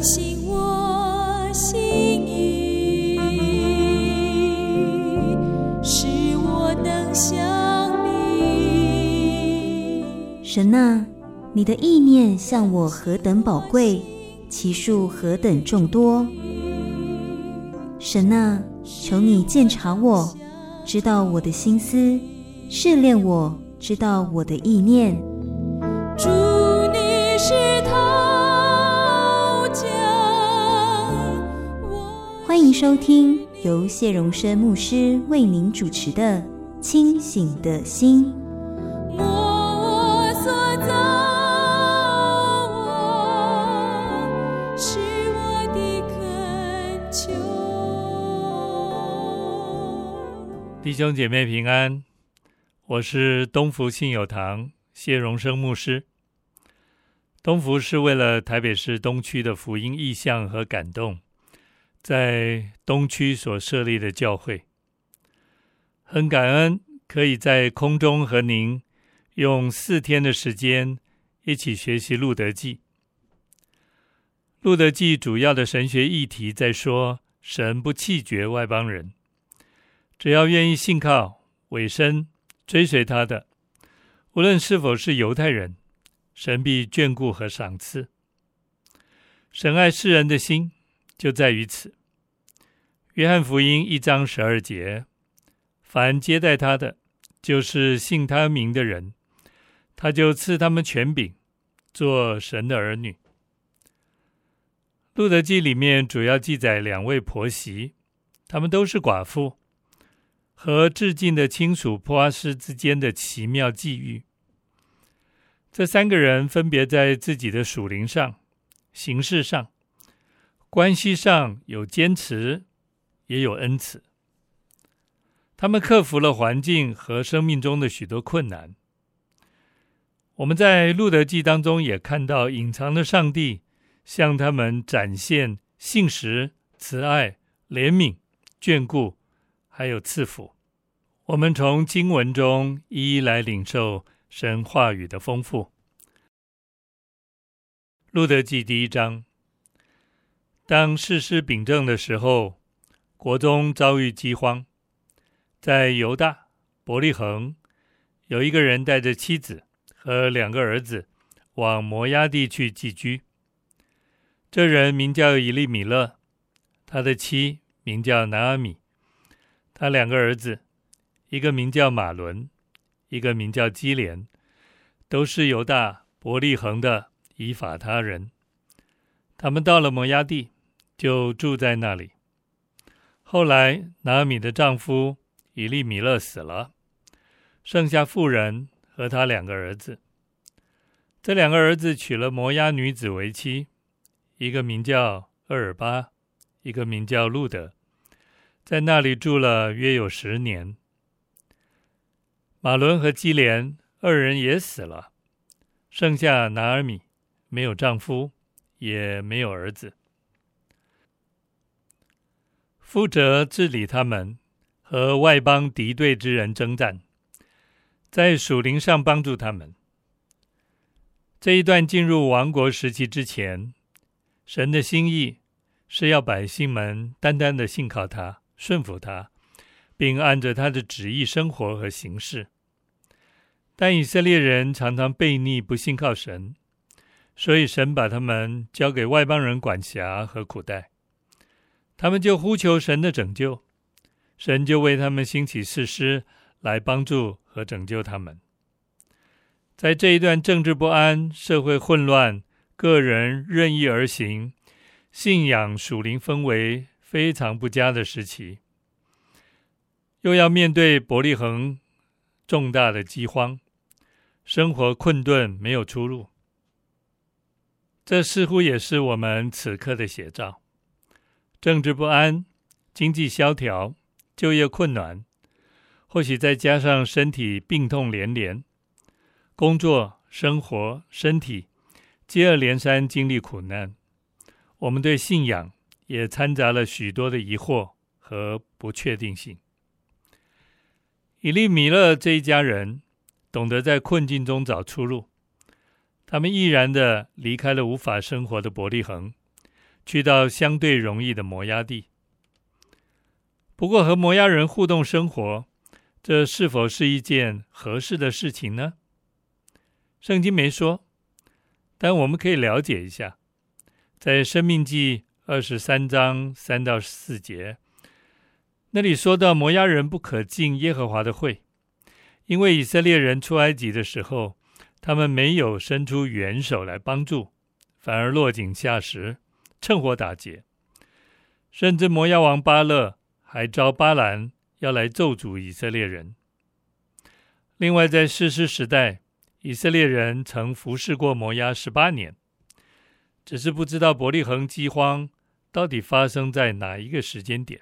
醒我心意，使我能想你。 神啊，你的意念向我何等宝贵，其数何等众多。神啊，求你鉴察我，知道我的心思，试炼我，知道我的意念。 主，你是陶匠， 欢迎收听由谢荣生牧师为您主持的《清醒的心》。 摸我所造，是我的恳求。 弟兄姐妹平安，我是东福信友堂谢荣生牧师。东福是为了台北市东区的福音意向和感动，在东区所设立的教会。很感恩可以在空中和您用4天的时间一起学习路德记。路德记主要的神学议题在说，神不弃绝外邦人，只要愿意信靠、委身、追随他的，无论是否是犹太人，神必眷顾和赏赐。神爱世人的心就在于此。约翰福音1章12节，凡接待他的，就是信他名的人，他就赐他们权柄，做神的儿女。路德记里面主要记载2位婆媳，他们都是寡妇，和至近的亲属波阿斯之间的奇妙际遇。这3个人分别在自己的属灵上、形式上、关系上有坚持，也有恩慈。他们克服了环境和生命中的许多困难。我们在路德记当中也看到隐藏的上帝向他们展现信实、慈爱、怜悯、眷顾，还有赐福。我们从经文中一一来领受神话语的丰富。路德记第1章，当士师秉政的时候，国中遭遇饥荒。在犹大伯利恒，有一个人带着妻子和2个儿子往摩押地去寄居。这人名叫以利米勒，他的妻名叫拿阿米，他2个儿子，一个名叫马伦，一个名叫基连，都是犹大伯利恒的以法他人。他们到了摩押地，就住在那里。后来拿阿米的丈夫以利米勒死了，剩下妇人和他2个儿子。这2个儿子娶了摩押女子为妻，一个名叫厄尔巴，一个名叫路德，在那里住了约有10年。马伦和基连2人也死了，剩下拿尔米，没有丈夫，也没有儿子。负责治理他们，和外邦敌对之人征战，在属灵上帮助他们。这一段进入王国时期之前，神的心意是要百姓们单单的信靠他，顺服他，并按着他的旨意生活和行事。但以色列人常常悖逆，不信靠神，所以神把他们交给外邦人管辖和苦待。他们就呼求神的拯救，神就为他们兴起士师来帮助和拯救他们。在这一段政治不安、社会混乱、个人任意而行、信仰属灵氛围非常不佳的时期，又要面对伯利恒重大的饥荒，生活困顿，没有出路。这似乎也是我们此刻的写照。政治不安，经济萧条，就业困难，或许再加上身体病痛连连，工作、生活、身体接二连三经历苦难，我们对信仰也掺杂了许多的疑惑和不确定性。以利米勒这一家人懂得在困境中找出路，他们毅然地离开了无法生活的伯利恒， 去到相对容易的摩押地。不过和摩押人互动生活，这是否是一件合适的事情呢？圣经没说，但我们可以了解一下。在申命记23章3到4节，那里说到摩押人不可进耶和华的会，因为以色列人出埃及的时候，他们没有伸出援手来帮助，反而落井下石，趁火打劫。甚至摩押王巴勒还招巴兰要来咒诅以色列人。另外在士师时代，以色列人曾服侍过摩押18年，只是不知道伯利恒饥荒到底发生在哪一个时间点。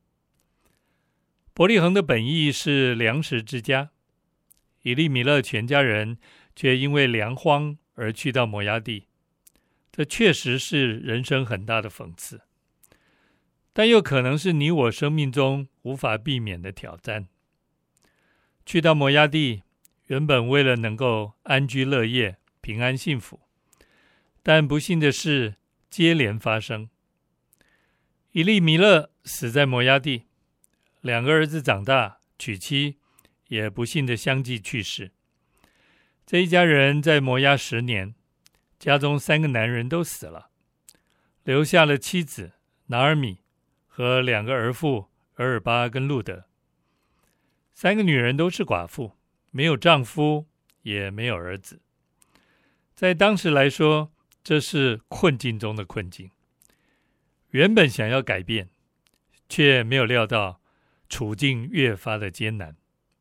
伯利恒的本意是粮食之家，以利米勒全家人却因为粮荒而去到摩押地，这确实是人生很大的讽刺，但又可能是你我生命中无法避免的挑战。去到摩押地，原本为了能够安居乐业、平安幸福，但不幸的事接连发生。以利米勒死在摩押地，2个儿子长大娶妻，也不幸的相继去世。这一家人在摩押10年，家中3个男人都死了，留下了妻子拿尔米和2个儿妇俄尔巴跟路德。3个女人都是寡妇，没有丈夫，也没有儿子。在当时来说，这是困境中的困境。原本想要改变，却没有料到处境越发的艰难。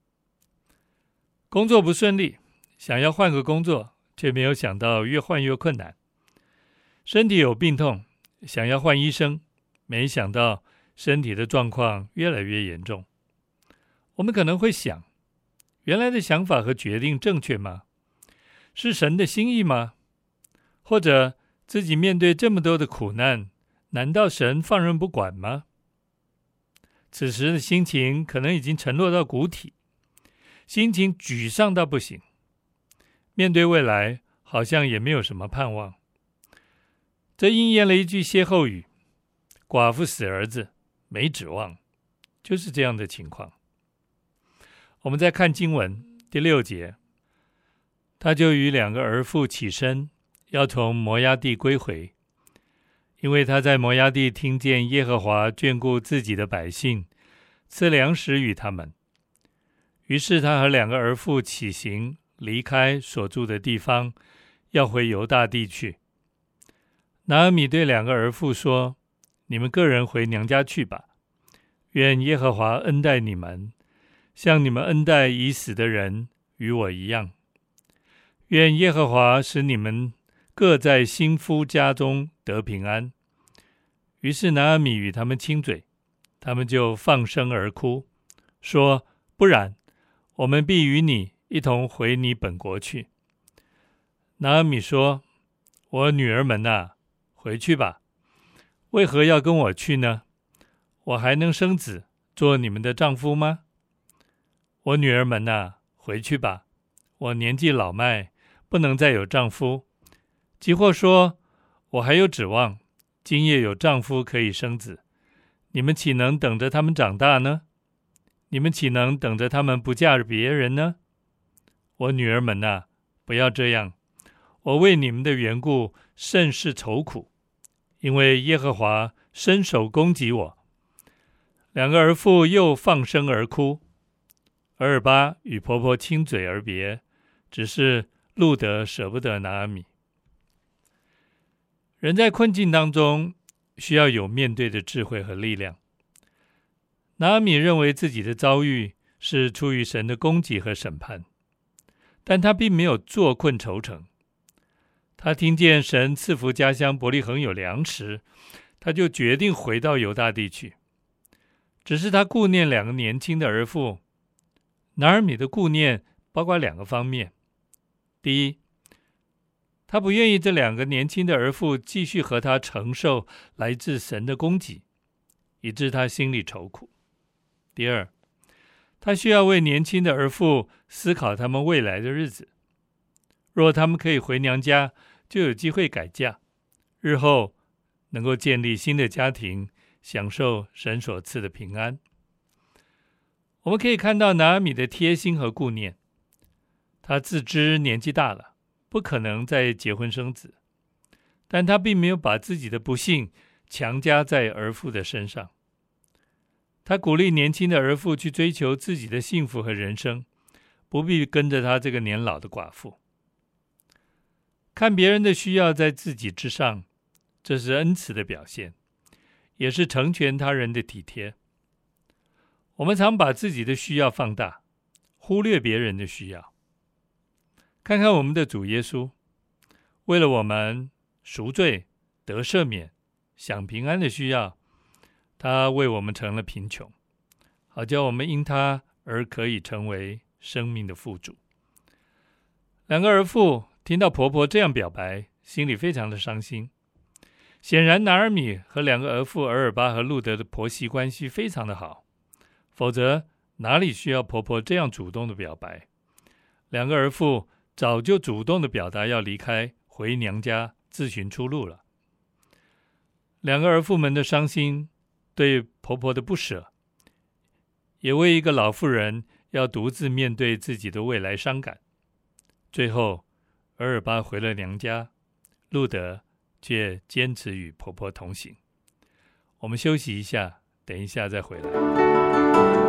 工作不顺利，想要换个工作，却没有想到越换越困难。身体有病痛，想要换医生，没想到身体的状况越来越严重。我们可能会想，原来的想法和决定正确吗？是神的心意吗？或者自己面对这么多的苦难，难道神放任不管吗？此时的心情可能已经沉落到谷底，心情沮丧到不行，面对未来好像也没有什么盼望。这应验了一句歇后语：寡妇死儿子，没指望，就是这样的情况。我们再看经文第6节，他就与2个儿妇起身，要从摩押地归回，因为他在摩押地听见耶和华眷顾自己的百姓，赐粮食与他们。于是他和2个儿妇起行，离开所住的地方，要回犹大地去。拿俄米对2个儿妇说：你们个人回娘家去吧，愿耶和华恩待你们，像你们恩待已死的人与我一样。愿耶和华使你们各在新夫家中得平安。于是拿俄米与他们亲嘴，他们就放声而哭，说：不然，我们必与你一同回你本国去。拿俄米说：我女儿们啊，回去吧，为何要跟我去呢？我还能生子，做你们的丈夫吗？我女儿们啊，回去吧，我年纪老迈，不能再有丈夫。即或说我还有指望，今夜有丈夫可以生子，你们岂能等着他们长大呢？你们岂能等着他们不嫁别人呢？我女儿们啊，不要这样，我为你们的缘故甚是愁苦，因为耶和华伸手攻击我。2个儿妇又放声而哭，俄尔巴与婆婆亲嘴而别，只是路德舍不得拿俄米。人在困境当中，需要有面对的智慧和力量。拿俄米认为自己的遭遇是出于神的攻击和审判，但他并没有坐困愁城。他听见神赐福家乡伯利恒有粮食，他就决定回到犹大地去。只是他顾念2个年轻的儿妇。拿俄米的顾念包括2个方面。第一，他不愿意这2个年轻的儿妇继续和他承受来自神的攻击，以致他心里愁苦。第二，他需要为年轻的儿妇思考他们未来的日子。若他们可以回娘家，就有机会改嫁，日后能够建立新的家庭，享受神所赐的平安。我们可以看到拿俄米的贴心和顾念，她自知年纪大了，不可能再结婚生子，但她并没有把自己的不幸强加在儿妇的身上。她鼓励年轻的儿妇去追求自己的幸福和人生，不必跟着她这个年老的寡妇。看别人的需要在自己之上，这是恩慈的表现，也是成全他人的体贴。我们常把自己的需要放大，忽略别人的需要。看看我们的主耶稣，为了我们赎罪、得赦免、享平安的需要，他为我们成了贫穷，好叫我们因他而可以成为生命的富足。两个儿妇听到婆婆这样表白，心里非常的伤心。显然拿俄米和两个儿妇俄尔巴和路德的婆媳关系非常的好，否则哪里需要婆婆这样主动的表白？两个儿妇早就主动的表达要离开，回娘家自寻出路了。两个儿妇们的伤心，对婆婆的不舍，也为一个老妇人要独自面对自己的未来伤感。最后俄尔巴回了娘家，路德却坚持与婆婆同行。我们休息一下，等一下再回来。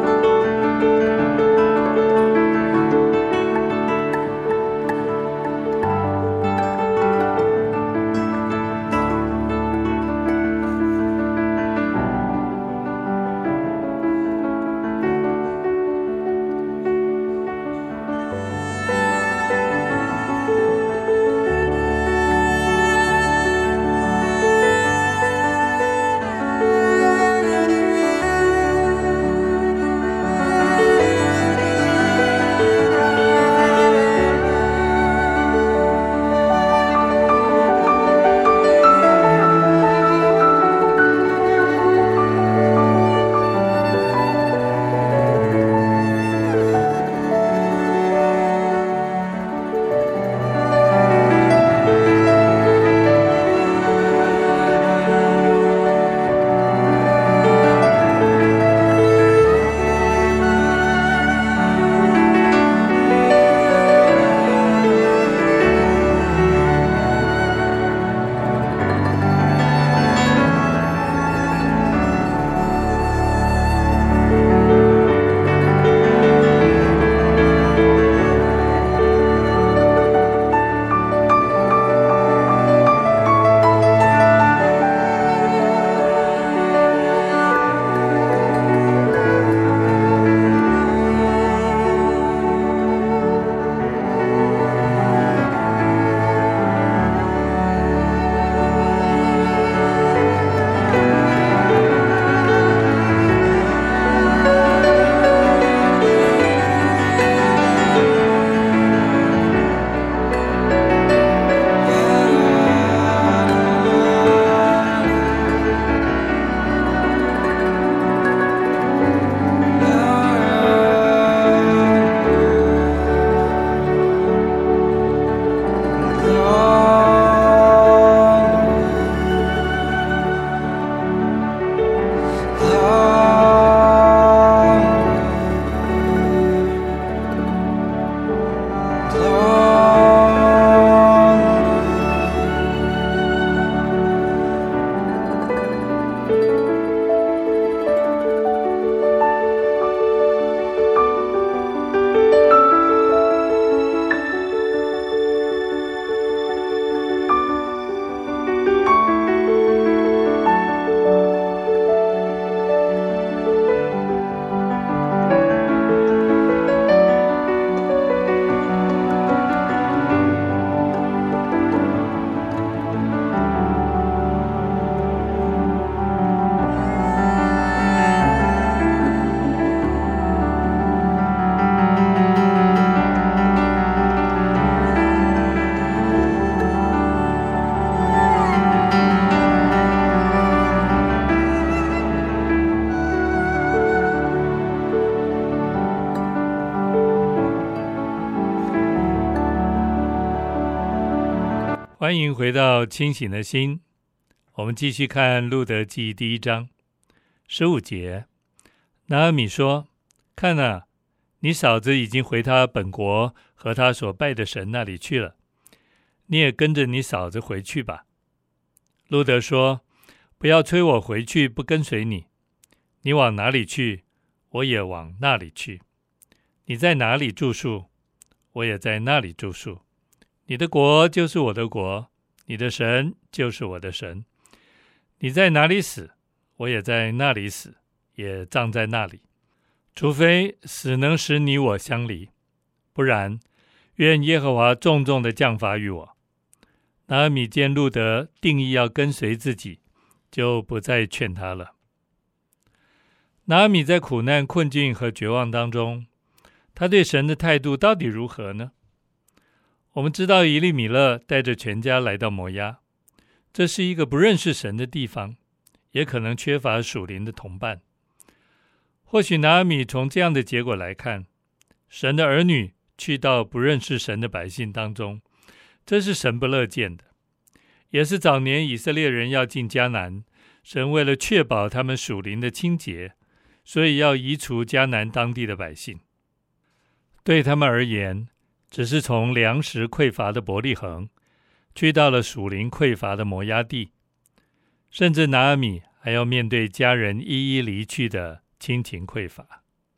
欢迎回到清醒的心， 我们继续看路得记第1章15节。拿俄米说：看啊，你嫂子已经回她本国和她所拜的神那里去了，你也跟着你嫂子回去吧。路得说：不要催我回去不跟随你，你往哪里去，我也往那里去。你在哪里住宿，我也在那里住宿。你的国就是我的国，你的神就是我的神。你在哪里死，我也在那里死，也葬在那里。除非死能使你我相离，不然，愿耶和华重重的降罚于我。拿俄米见路得定义要跟随自己，就不再劝他了。拿俄米在苦难、困境和绝望当中，他对神的态度到底如何呢？我们知道以利米勒带着全家来到摩押，这是一个不认识神的地方，也可能缺乏属灵的同伴。或许拿俄米从这样的结果来看，神的儿女去到不认识神的百姓当中，这是神不乐见的，也是早年以色列人要进迦南，神为了确保他们属灵的清洁，所以要移除迦南当地的百姓。对他们而言，只是从粮食匮乏的伯利恒去到了属灵匮乏的摩押地，甚至拿俄米还要面对家人一一离去的亲情匮乏。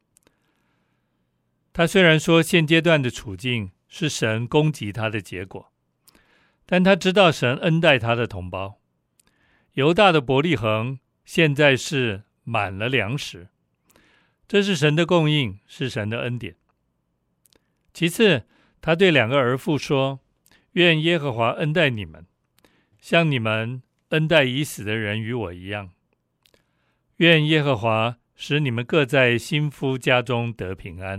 他虽然说现阶段的处境是神攻击他的结果，但他知道神恩待他的同胞。犹大的伯利恒现在是满了粮食，这是神的供应，是神的恩典。其次，他对2个儿妇说：愿耶和华恩待你们，像你们恩待已死的人与我一样。愿耶和华使你们各在新夫家中得平安。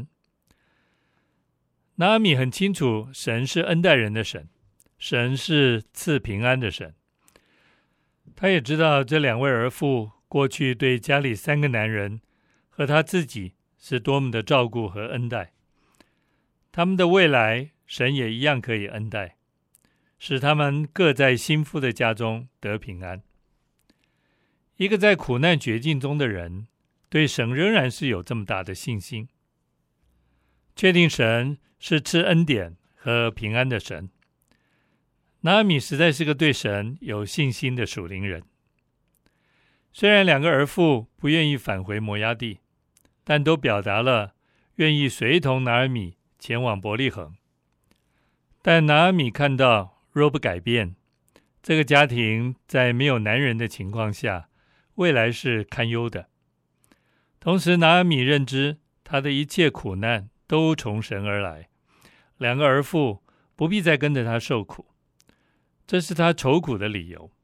拿俄米很清楚，神是恩待人的神，神是赐平安的神。他也知道这2位儿妇过去对家里3个男人和他自己是多么的照顾和恩待，他们的未来神也一样可以恩待，使他们各在新夫的家中得平安。一个在苦难绝境中的人，对神仍然是有这么大的信心，确定神是赐恩典和平安的神。拿俄米实在是个对神有信心的属灵人。虽然2个儿妇不愿意返回摩押地，但都表达了愿意随同拿俄米前往伯利恒。但拿俄米看到，若不改变，这个家庭在没有男人的情况下，未来是堪忧的。同时，拿俄米认知他的一切苦难都从神而来，2个儿妇不必再跟着他受苦，这是他愁苦的理由。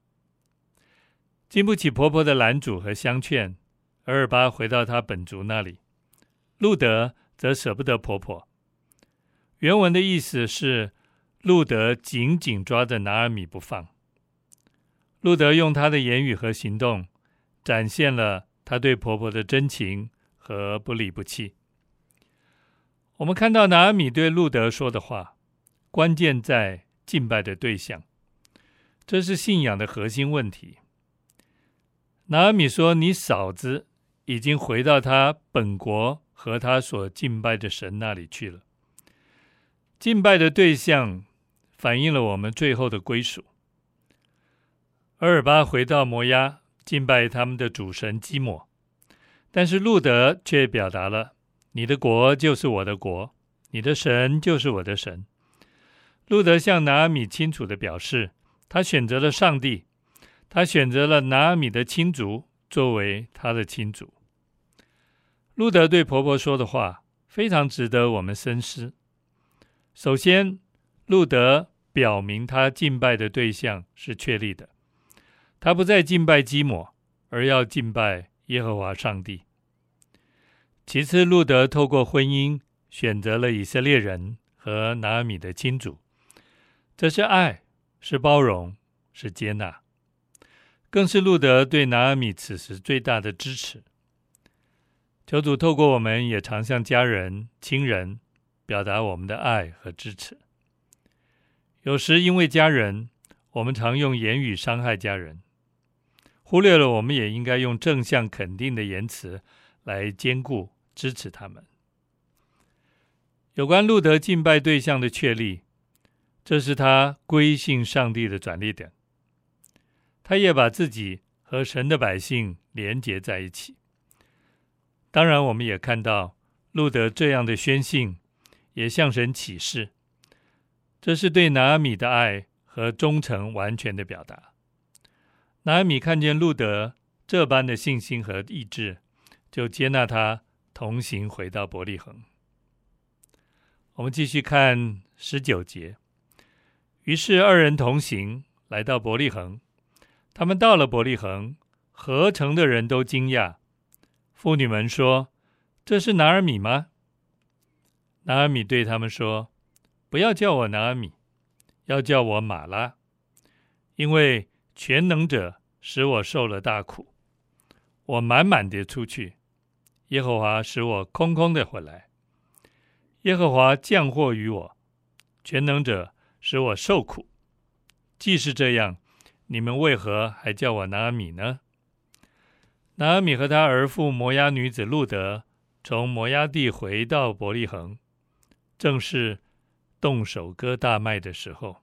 经不起婆婆的拦阻和相劝，俄尔巴回到他本族那里，路得则舍不得婆婆。原文的意思是，路得紧紧抓着拿俄米不放。路得用他的言语和行动，展现了他对婆婆的真情和不离不弃。我们看到拿俄米对路得说的话，关键在敬拜的对象，这是信仰的核心问题。拿俄米说，你嫂子已经回到她本国和她所敬拜的神那里去了。敬拜的对象反映了我们最后的归属。俄尔巴回到摩押敬拜他们的主神基抹，但是路得却表达了，你的国就是我的国，你的神就是我的神。路得向拿俄米清楚地表示，他选择了上帝，他选择了拿俄米的亲族作为他的亲族。路得对婆婆说的话非常值得我们深思。首先，路得表明他敬拜的对象是确立的，他不再敬拜基抹，而要敬拜耶和华上帝。其次，路得透过婚姻选择了以色列人和拿俄米的亲族，这是爱，是包容，是接纳，更是路得对拿俄米此时最大的支持。求主透过我们也常向家人、亲人表达我们的爱和支持。有时因为家人， 我们常用言语伤害家人，忽略了我们也应该用正向肯定的言辞来兼顾支持他们。有关路德敬拜对象的确立，这是他归信上帝的转捩点。他也把自己和神的百姓连结在一起。当然，我们也看到路德这样的宣信也向神起誓，这是对拿俄米的爱和忠诚完全的表达。拿俄米看见路德这般的信心和意志，就接纳他同行回到伯利恒。我们继续看19节。于是二人同行来到伯利恒，他们到了伯利恒，合城的人都惊讶。妇女们说：“这是拿俄米吗？”拿俄米对他们说：“不要叫我拿俄米，要叫我玛拉，因为全能者使我受了大苦，我满满的出去，耶和华使我空空的回来。耶和华降祸于我，全能者使我受苦。既是这样，你们为何还叫我拿俄米呢？”拿俄米和他儿妇摩押女子路德从摩押地回到伯利恒，正是动手割大麦的时候。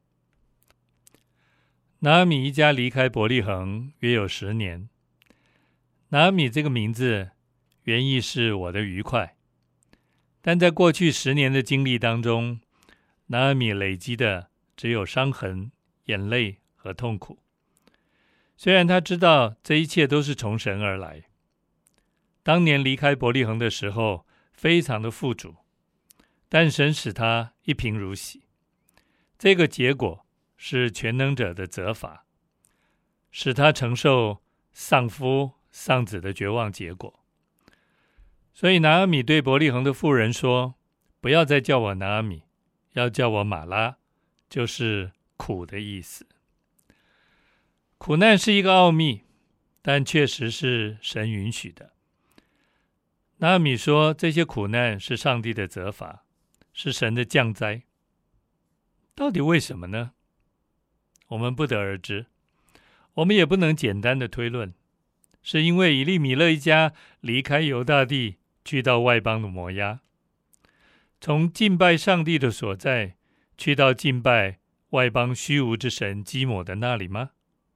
拿俄米一家离开伯利恒约有10年。拿俄米这个名字原意是我的愉快，但在过去10年的经历当中，拿俄米累积的只有伤痕、眼泪和痛苦。虽然他知道这一切都是从神而来，当年离开伯利恒的时候非常的富足，但神使他一贫如洗。这个结果是全能者的责罚，使他承受丧夫丧子的绝望结果。所以拿俄米对伯利恒的妇人说：“不要再叫我拿俄米，要叫我玛拉，就是苦的意思。”苦难是一个奥秘，但确实是神允许的。拿俄米说，这些苦难是上帝的责罚，是神的降灾。到底为什么呢？我们不得而知，我们也不能简单的推论，是因为以利米勒一家离开犹大地，去到外邦的摩押，从敬拜上帝的所在，去到敬拜外邦虚无之神基抹的那里吗？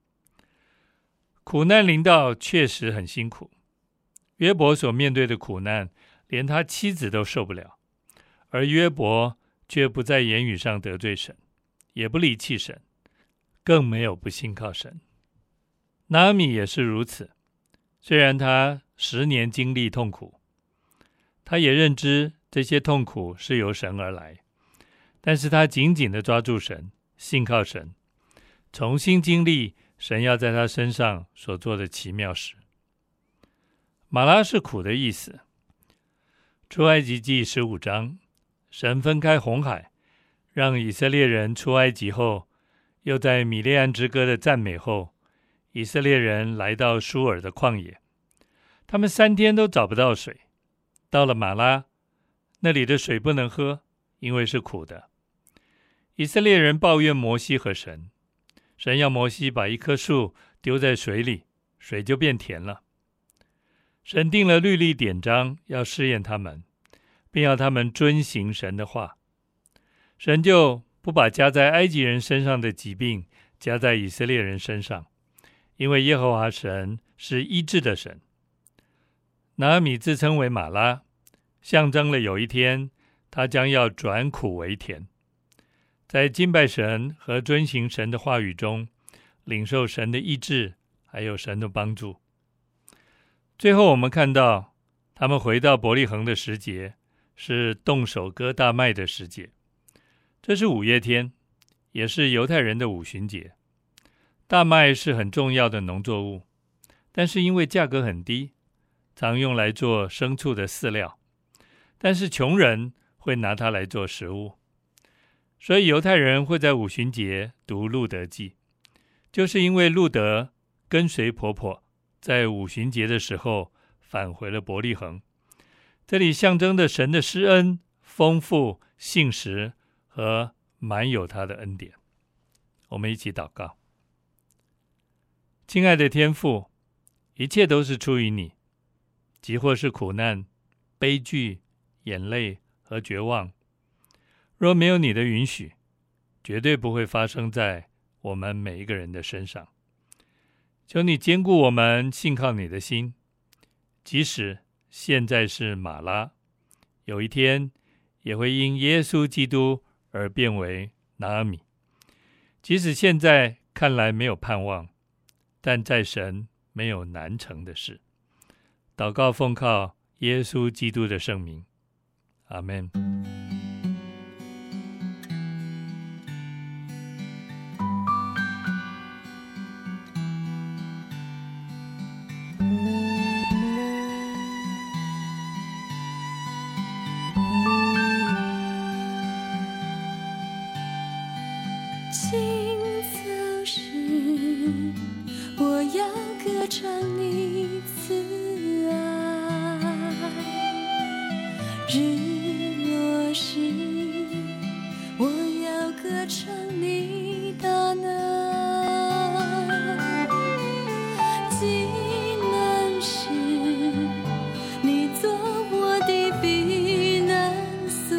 苦难临到确实很辛苦，约伯所面对的苦难，连他妻子都受不了，而约伯却不在言语上得罪神，也不离弃神，更没有不信靠神。拿俄米也是如此，虽然他10年经历痛苦，他也认知这些痛苦是由神而来，但是他紧紧地抓住神，信靠神，重新经历神要在他身上所做的奇妙事。玛拉是苦的意思。出埃及记15章，神分开红海，让以色列人出埃及后，又在米列暗之歌的赞美后，以色列人来到舒尔的旷野，他们3天都找不到水。到了玛拉，那里的水不能喝，因为是苦的。以色列人抱怨摩西和神，神要摩西把一棵树丢在水里，水就变甜了。神定了律例典章，要试验他们，并要他们遵行神的话。神就不把加在埃及人身上的疾病加在以色列人身上，因为耶和华神是医治的神。拿俄米自称为玛拉，象征了有一天他将要转苦为甜，在敬拜神和遵行神的话语中，领受神的医治，还有神的帮助。最后我们看到他们回到伯利恒的时节，是动手割大麦的时节。这是5月天，也是犹太人的五旬节。大麦是很重要的农作物，但是因为价格很低，常用来做牲畜的饲料，但是穷人会拿它来做食物。所以犹太人会在五旬节读路德记，就是因为路德跟随婆婆在五旬节的时候返回了伯利恒，这里象征着神的施恩、丰富、信实和满有他的恩典。我们一起祷告。 亲爱的天父，一切都是出于你，即或是苦难、悲剧、眼泪和绝望，若没有你的允许，绝对不会发生在我们每一个人的身上。求你坚固我们信靠你的心，即使现在是马拉，有一天也会因耶稣基督而变为拿俄米。即使现在看来没有盼望，但在神没有难成的事。祷告奉靠耶稣基督的圣名，阿们。 清早时，我要歌唱你慈爱；日落时，我要歌唱你大能；极难时，你做我的避难所。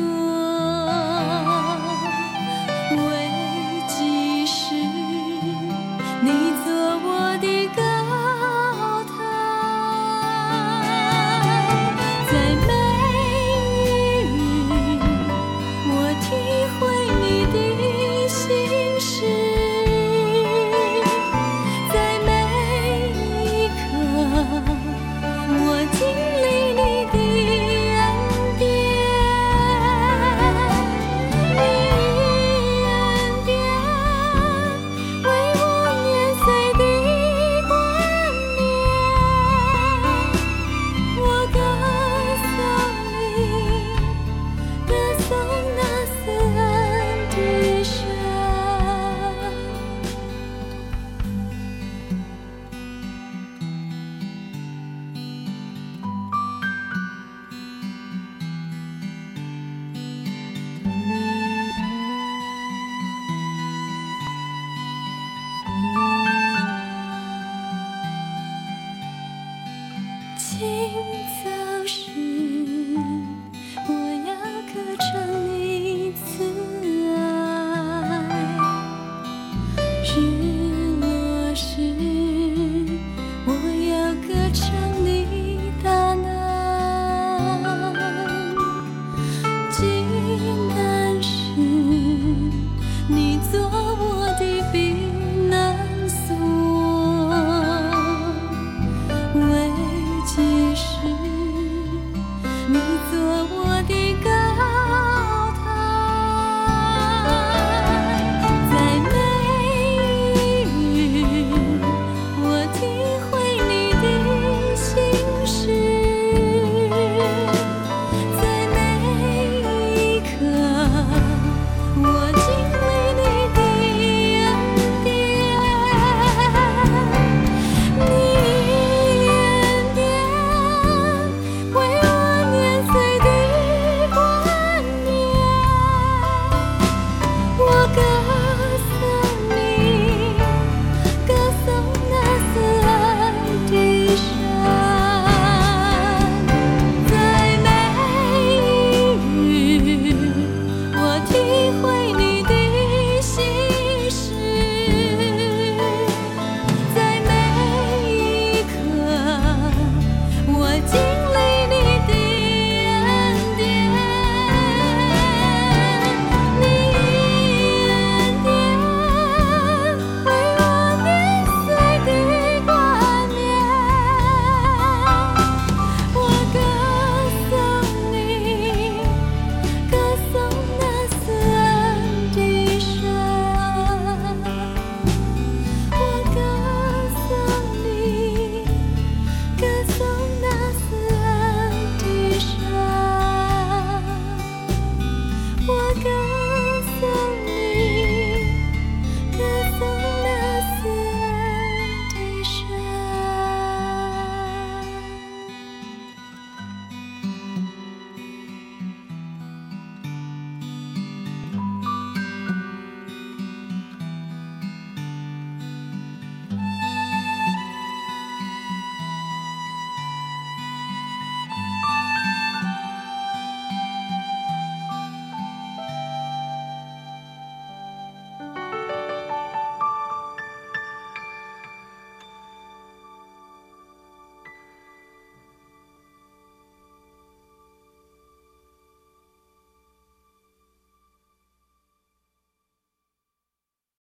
你做我的高台，在每日我体会你的心事，在每一刻我经历你的恩典，你恩典为我年岁的冠冕，我歌颂你，歌颂那慈恩的神。清早时，